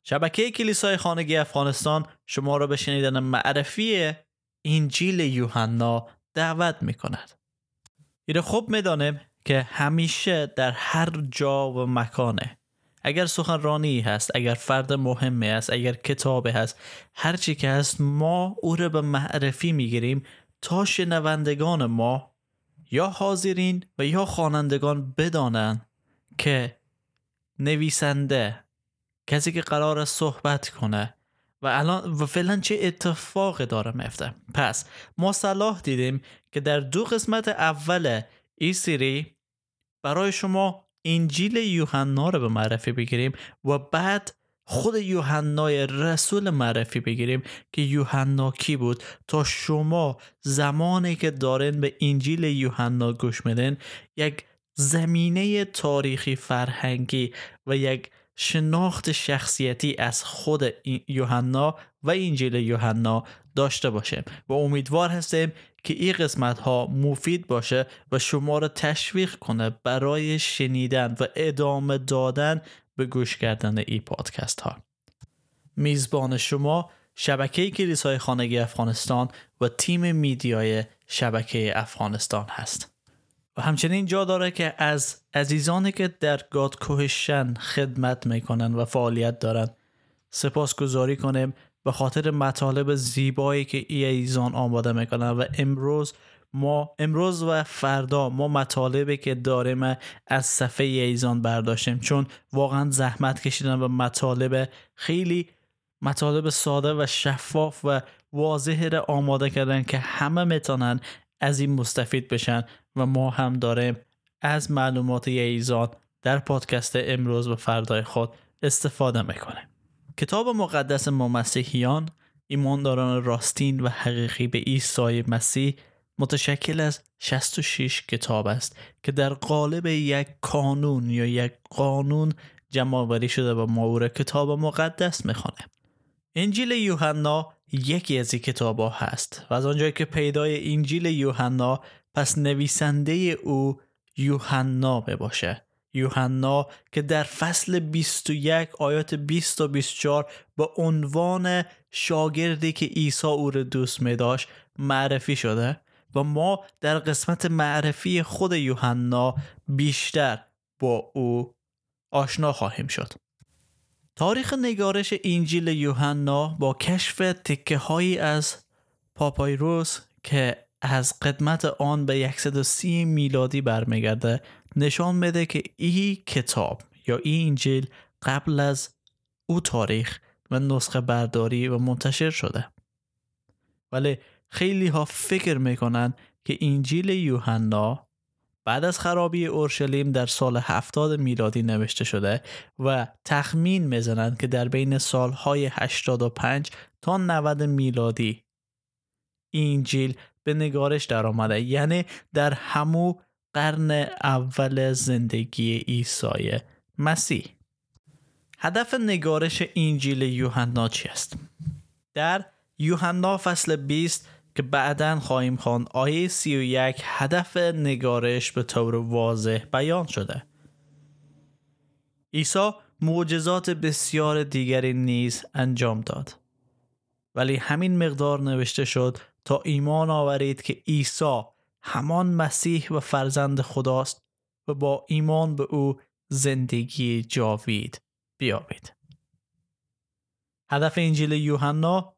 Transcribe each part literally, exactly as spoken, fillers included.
شبکه کلیسای خانگی افغانستان شما را به شنیدن معرفی انجیل یوحنا دعوت می کند. این خوب می دانیم که همیشه در هر جا و مکانه، اگر سخنرانی هست، اگر فرد مهمی هست، اگر کتاب هست، هر چی که هست، ما او را به معرفی می گیریم تا شنوندگان ما یا حاضرین و یا خوانندگان بدانند که نویسنده، کسی که قرار صحبت کنه و الان و فعلا چه اتفاقی داره میفته. پس ما صلاح دیدیم که در دو قسمت اول این سری برای شما انجیل یوحنا رو به معرفی بگیریم و بعد خود یوحنای رسول معرفی بگیریم که یوحنا کی بود، تا شما زمانی که دارین به انجیل یوحنا گوش میدین یک زمینه تاریخی فرهنگی و یک شناخت شخصیتی از خود یوحنا و انجیل یوحنا داشته باشیم و امیدوار هستیم که این قسمت ها مفید باشه و شما را تشویق کنه برای شنیدن و ادامه دادن به گوش کردن این پادکست ها. میزبان شما شبکه کلیسای خانگی افغانستان و تیم میدیای شبکه افغانستان هست. و همچنین جا داره که از عزیزانی که در گاد کوهشن خدمت میکنن و فعالیت دارن سپاسگزاری کنیم به خاطر مطالب زیبایی که ای عزیزان آماده میکنن و امروز ما امروز و فردا ما مطالبی که داریم از صفحه ای عزیزان برداشتیم، چون واقعا زحمت کشیدن و مطالب خیلی مطالب ساده و شفاف و واضحه را آماده کردن که همه میتونن از این مستفید بشن و ما هم داریم از معلومات ایزان در پادکست امروز و فردای خود استفاده میکنیم. کتاب مقدس ما مسیحیان، ایمانداران راستین و حقیقی به عیسی مسیح، متشکل از شصت و شش کتاب است که در قالب یک کانون یا یک قانون جمع آوری شده و ما او را کتاب مقدس میخوانیم. انجیل یوحنا یکی از این کتاب‌ها هست و از آنجایی که پیدای انجیل یوحنا، پس نویسنده او یوحنا باشه. یوحنا که در فصل بیست و یک آیات بیست تا بیست و چهار به عنوان شاگردی که عیسی او را دوست می داشت معرفی شده و ما در قسمت معرفی خود یوحنا بیشتر با او آشنا خواهیم شد. تاریخ نگارش انجیل یوحنا با کشف تکه هایی از پاپایروس که از قدمت آن به صد و سی میلادی برمیگرده نشان میده که این کتاب یا این انجیل قبل از او تاریخ و نسخه برداری و منتشر شده. ولی خیلی ها فکر میکنن که انجیل یوحنا بعد از خرابی اورشلیم در سال هفتاد میلادی نوشته شده و تخمین میزنند که در بین سالهای هشتاد و پنج تا نود میلادی این انجیل به نگارش در آمده، یعنی در همو قرن اول زندگی عیسی مسیح. هدف نگارش انجیل یوحنا چی است؟ در یوحنا فصل بیست که بعداً خواهیم خواند آیه سی و یک هدف نگارش به طور واضح بیان شده. عیسی معجزات بسیار دیگری نیز انجام داد، ولی همین مقدار نوشته شد تا ایمان آورید که عیسی همان مسیح و فرزند خداست و با ایمان به او زندگی جاوید بیابید. هدف انجیل یوحنا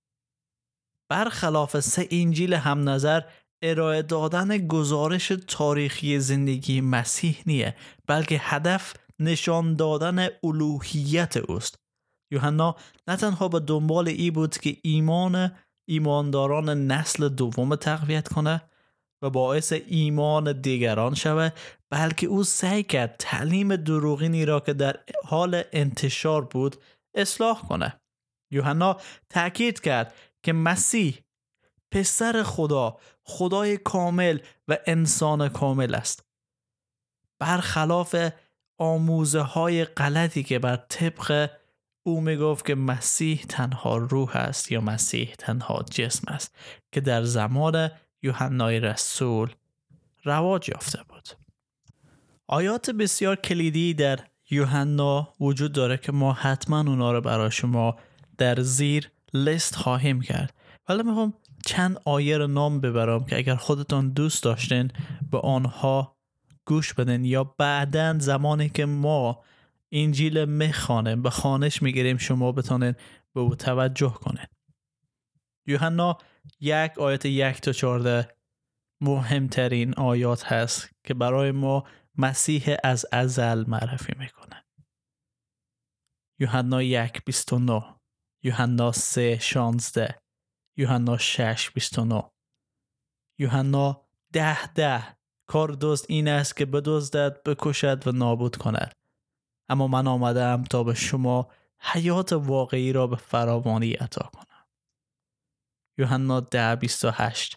برخلاف سه انجیل هم نظر ارائه دادن گزارش تاریخی زندگی مسیح نیه، بلکه هدف نشان دادن الوهیت اوست. یوحنا نه تنها به دنبال ای بود که ایمان ایمانداران نسل دوم تقویت کنه و باعث ایمان دیگران شوه، بلکه او سعی کرد تعلیم دروغینی را که در حال انتشار بود اصلاح کنه. یوحنا تأکید کرد که مسیح پسر خدا، خدای کامل و انسان کامل است، برخلاف آموزه های غلطی که بر طبق او میگفت که مسیح تنها روح است یا مسیح تنها جسم است که در زمان یوحنای رسول رواج یافته بود. آیات بسیار کلیدی در یوحنا وجود داره که ما حتما اونا رو برای شما در زیر لیست خواهیم کرد. ولی میخوام چند آیه رو نام ببرم که اگر خودتون دوست داشتین به آنها گوش بدین یا بعداً زمانی که ما انجیل میخوانیم به خوانش میگیریم شما بتونین به او توجه کنین. یوحنا یک آیت یک تا چهارده مهمترین آیات هست که برای ما مسیح از ازل معرفی میکنه. یوحنا یک بیست و نه، یوحنا سه شانزده، یوحنا شش بیست و نه، یوحنا ده ده کار دزد این است که بدزدد، بکشد و نابود کند، اما من آمدم تا به شما حیات واقعی را به فراوانی عطا کنم. یوحنا ده بیست و هشت،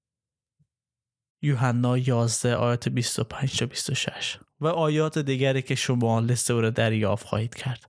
یوحنا یازده آیات بیست و پنج تا بیست و شش و آیات دیگری که شما لیست او را دریافت خواهید کرد.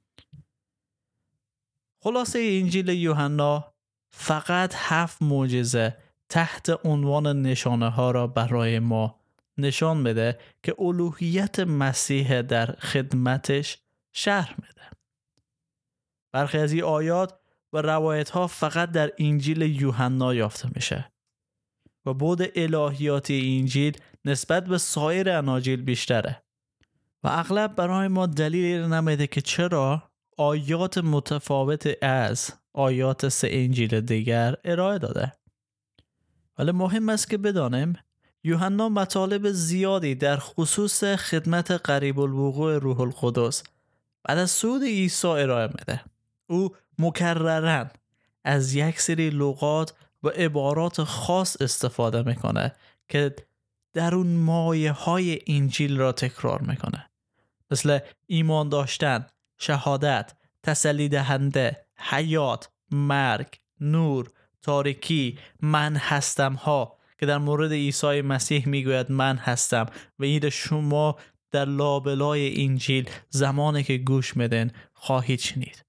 خلاصه انجیل یوحنا فقط هفت معجزه تحت عنوان نشانه ها را برای ما نشان میده که الوهیت مسیح در خدمتش شرح میده. برخی از این آیات و روایت ها فقط در انجیل یوحنا یافته میشه و بعد الهیاتی انجیل نسبت به سایر اناجیل بیشتره و اغلب برای ما دلیل نمیده که چرا آیات متفاوت از آیات سه انجیل دیگر ارائه داده. ولی مهم است که بدانیم یوحنا مطالب زیادی در خصوص خدمت قریب الوقوع روح القدس بعد از صعود عیسی ارائه میده. او مکرراً از یک سری لغات و عبارات خاص استفاده میکنه که در اون مایه های انجیل را تکرار میکنه، مثل ایمان داشتن، شهادت، تسلی دهنده، حیات، مرگ، نور، تاریکی، من هستم ها که در مورد عیسی مسیح میگوید من هستم و این شما در لابلای انجیل زمانی که گوش میدن خواهید شنید.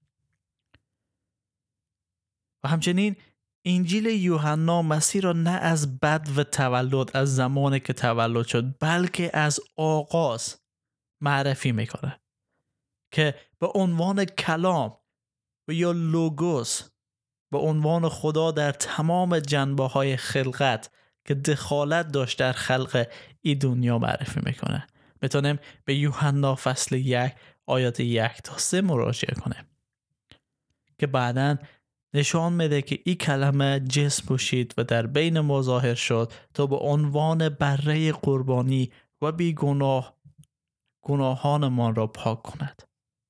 و همچنین انجیل یوحنا مسیح را نه از بد و تولد از زمانی که تولد شد بلکه از آغاز معرفی میکنه که به عنوان کلام و یا لوگوس به عنوان خدا در تمام جنبه های خلقت که دخالت داشت در خلق این دنیا معرفی میکنه. میتونیم به یوحنا فصل یک آیات یک تا سه مراجعه کنیم که بعداً نشان میده که این کلمه جسم پوشید و در بین ما ظاهر شد تا به عنوان بره قربانی و بی گناه گناهانمان را پاک کند.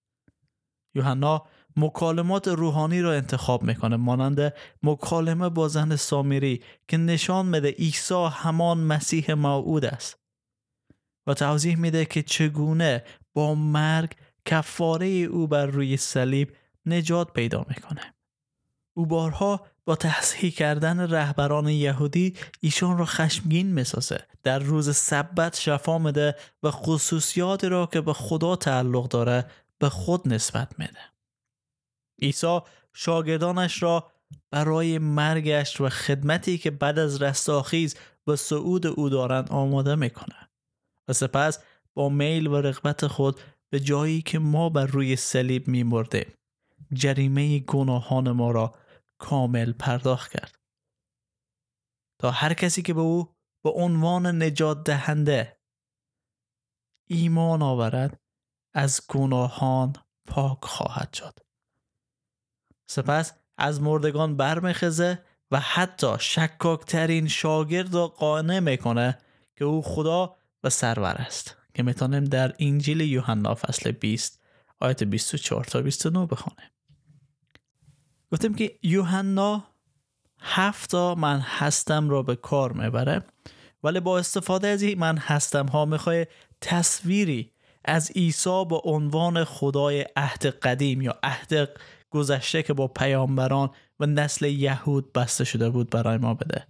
یوحنا مکالمات روحانی را انتخاب میکنه مانند مکالمه با زن سامری که نشان میده عیسی همان مسیح موعود است و توضیح میده که چگونه با مرگ کفاره او بر روی صلیب نجات پیدا میکنه. او بارها با تصحیح کردن رهبران یهودی ایشان را خشمگین میسازه، در روز سبت شفا میده و خصوصیات را که به خدا تعلق داره به خود نسبت میده. عیسی شاگردانش را برای مرگش و خدمتی که بعد از رستاخیز به صعود او دارند آماده میکنه و سپس با میل و رغبت خود به جایی که ما بر روی صلیب میمردیم جریمه گناهان ما را کامل پرداخت کرد تا هر کسی که به او به عنوان نجات دهنده ایمان آورد از گناهان پاک خواهد شد. سپس از مردگان برمیخزه و حتی شکاکترین شاگرد را قانع میکنه که او خدا و سرور است که میتونیم در انجیل یوحنا فصل بیست آیت بیست و چهار تا بیست و نه بخونیم. گفتیم که یوحنا هفت تا من هستم را به کار میبره ولی با استفاده از این من هستم ها میخواه تصویری از عیسی به عنوان خدای عهد قدیم یا عهد گذشته که با پیامبران و نسل یهود بسته شده بود برای ما بده.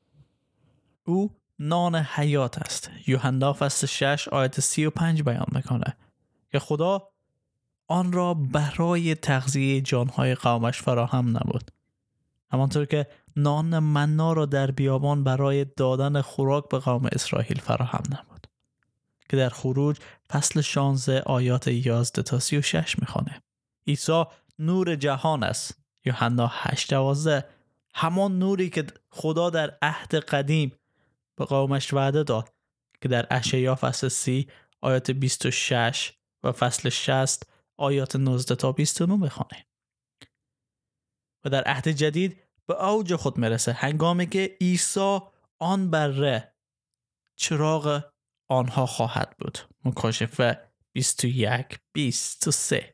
او نان حیات است. یوحنا فصل شش آیت سی و پنج بیان میکنه که خدا آن را برای تغذیه جانهای قومش فراهم نبود، همانطور که نان مننا را در بیابان برای دادن خوراک به قوم اسرائیل فراهم نبود که در خروج فصل شانزده آیات یازده تا سی و شش میخونه. عیسی نور جهان است. یوحنا هشت دوازده. همان نوری که خدا در عهد قدیم به قومش وعده داد که در اشعیا فصل سی آیات بیست و شش و فصل شصت آیات نوزده تا بیست و نه میخونه. و در عهد جدید به اوج خود میرسه هنگامی که عیسی آن بره چراغ آنها خواهد بود. مکاشفه بیست و یک بیست و سه.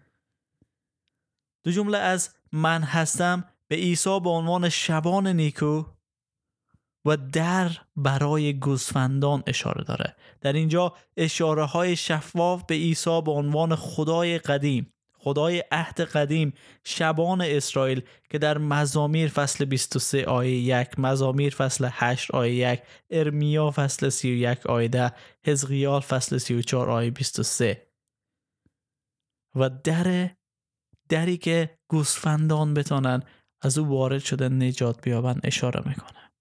دو جمله از من هستم به عیسی به عنوان شبان نیکو و در برای گوسفندان اشاره داره. در اینجا اشاره های شفاف به عیسی به عنوان خدای قدیم، خدای عهد قدیم، شبان اسرائیل که در مزامیر فصل بیست و سه آیه یک، مزامیر فصل هشت آیه یک، ارمیا فصل سی و یک آیه ده، حزقیال فصل سی و چهار آیه بیست و سه و در دری که گوسفندان بتونن از او وارد شده نجات بیابن اشاره میکنه.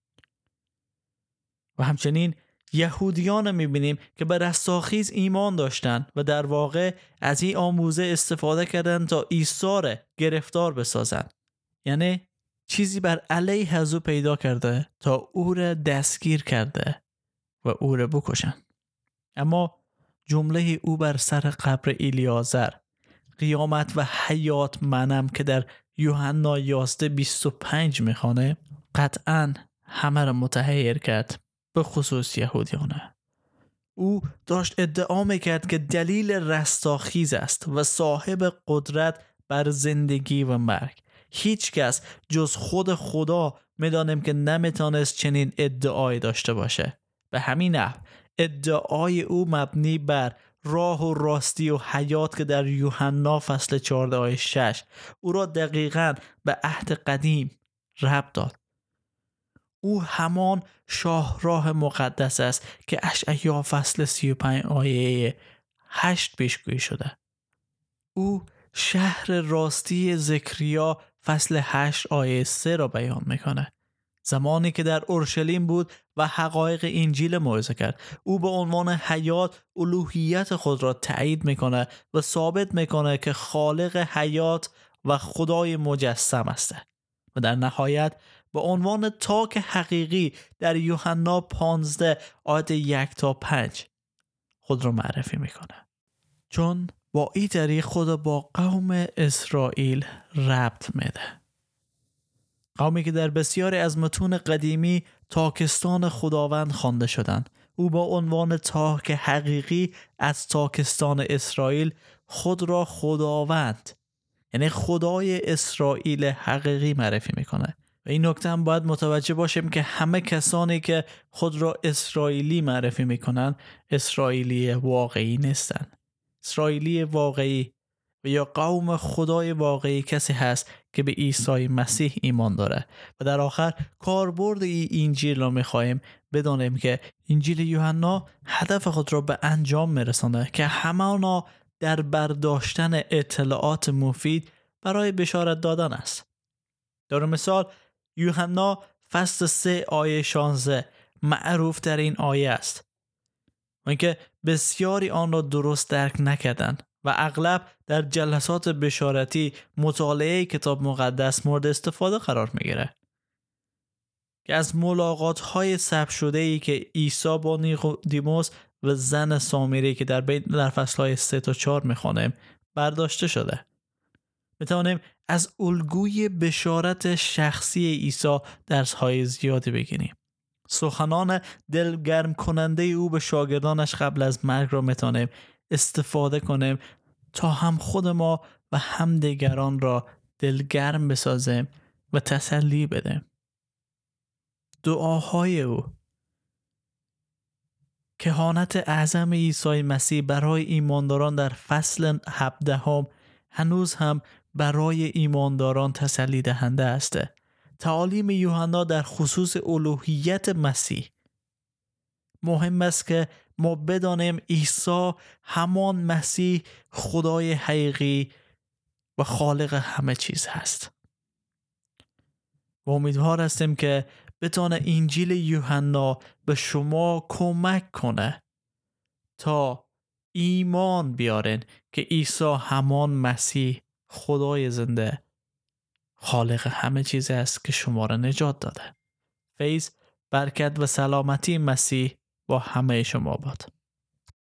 و همچنین یهودیان میبینیم که به رستاخیز ایمان داشتن و در واقع از این آموزه استفاده کردن تا عیسی را گرفتار بسازن. یعنی چیزی بر علیه از او پیدا کرده تا او را دستگیر کرده و او را بکشن. اما جمله او بر سر قبر الیازر، قیامت و حیات منم که در یوحنا یازده بیست و پنج میخوانه، قطعاً همه را متحیر کرد، به خصوص یهودیانه. او داشت ادعا میکرد که دلیل رستاخیز است و صاحب قدرت بر زندگی و مرگ. هیچ کس جز خود خدا میدانیم که نمیتونست چنین ادعایی داشته باشه. به همین نحو ادعای او مبنی بر راه و راستی و حیات که در یوحنا فصل چهارده آیه شش او را دقیقاً به عهد قدیم ربط داد. او همان شاهراه مقدس است که اشعیا فصل سی و پنج آیه هشت پیشگویی شده. او شهر راستی زکریا فصل هشت آیه سه را بیان میکنه. زمانی که در اورشلیم بود و حقایق انجیل موعظه کرد، او به عنوان حیات الوهیت خود را تایید میکنه و ثابت میکنه که خالق حیات و خدای مجسم است. و در نهایت به عنوان تاک حقیقی در یوحنا پانزده آیه یک تا پنج خود را معرفی میکنه. چون با این طریق خود با قوم اسرائیل ربط میده. قومی که در بسیاری از متون قدیمی تاکستان خداوند خوانده شدند. او با عنوان تاک حقیقی از تاکستان اسرائیل خود را خداوند، یعنی خدای اسرائیل حقیقی معرفی میکنه. و این نکته هم باید متوجه باشیم که همه کسانی که خود را اسرائیلی معرفی میکنن اسرائیلی واقعی نیستن. اسرائیلی واقعی و یا قوم خدای واقعی کسی هست که به عیسی مسیح ایمان داره. و در آخر کاربرد این انجیل را میخواهیم بدانیم که انجیل یوحنا هدف خود را به انجام میرسانه که همانا در برداشتن اطلاعات مفید برای بشارت دادن است. در مثال یوحنا فصل سه آیه شانزده معروف در این آیه است و اینکه بسیاری آن را درست درک نکردند و اغلب در جلسات بشارتی مطالعه کتاب مقدس مورد استفاده قرار میگیره که از ملاقات های ثبت شده ای که عیسی با نیقودیموس و زن سامری که در بین در فصل های سه تا چهار میخوانیم برداشته شده. میتوانیم از الگوی بشارت شخصی عیسی درس های زیادی بگیریم. سخنان دلگرم کننده او به شاگردانش قبل از مرگ را میتوانیم استفاده کنیم تا هم خود ما و هم دیگران را دلگرم بسازیم و تسلی بدیم. دعاهای او، کهانت اعظم عیسی مسیح برای ایمانداران در فصل هفده هم هنوز هم برای ایمانداران تسلی دهنده است. تعالیم یوحنا در خصوص الوهیت مسیح مهم است که ما بدانیم عیسی همان مسیح خدای حقیقی و خالق همه چیز هست. و امیدوار هستیم که بتونه انجیل یوحنا به شما کمک کنه تا ایمان بیارن که عیسی همان مسیح خدای زنده خالق همه چیز است که شما را نجات داده. فیض، برکت و سلامتی مسیح با همه شما باد.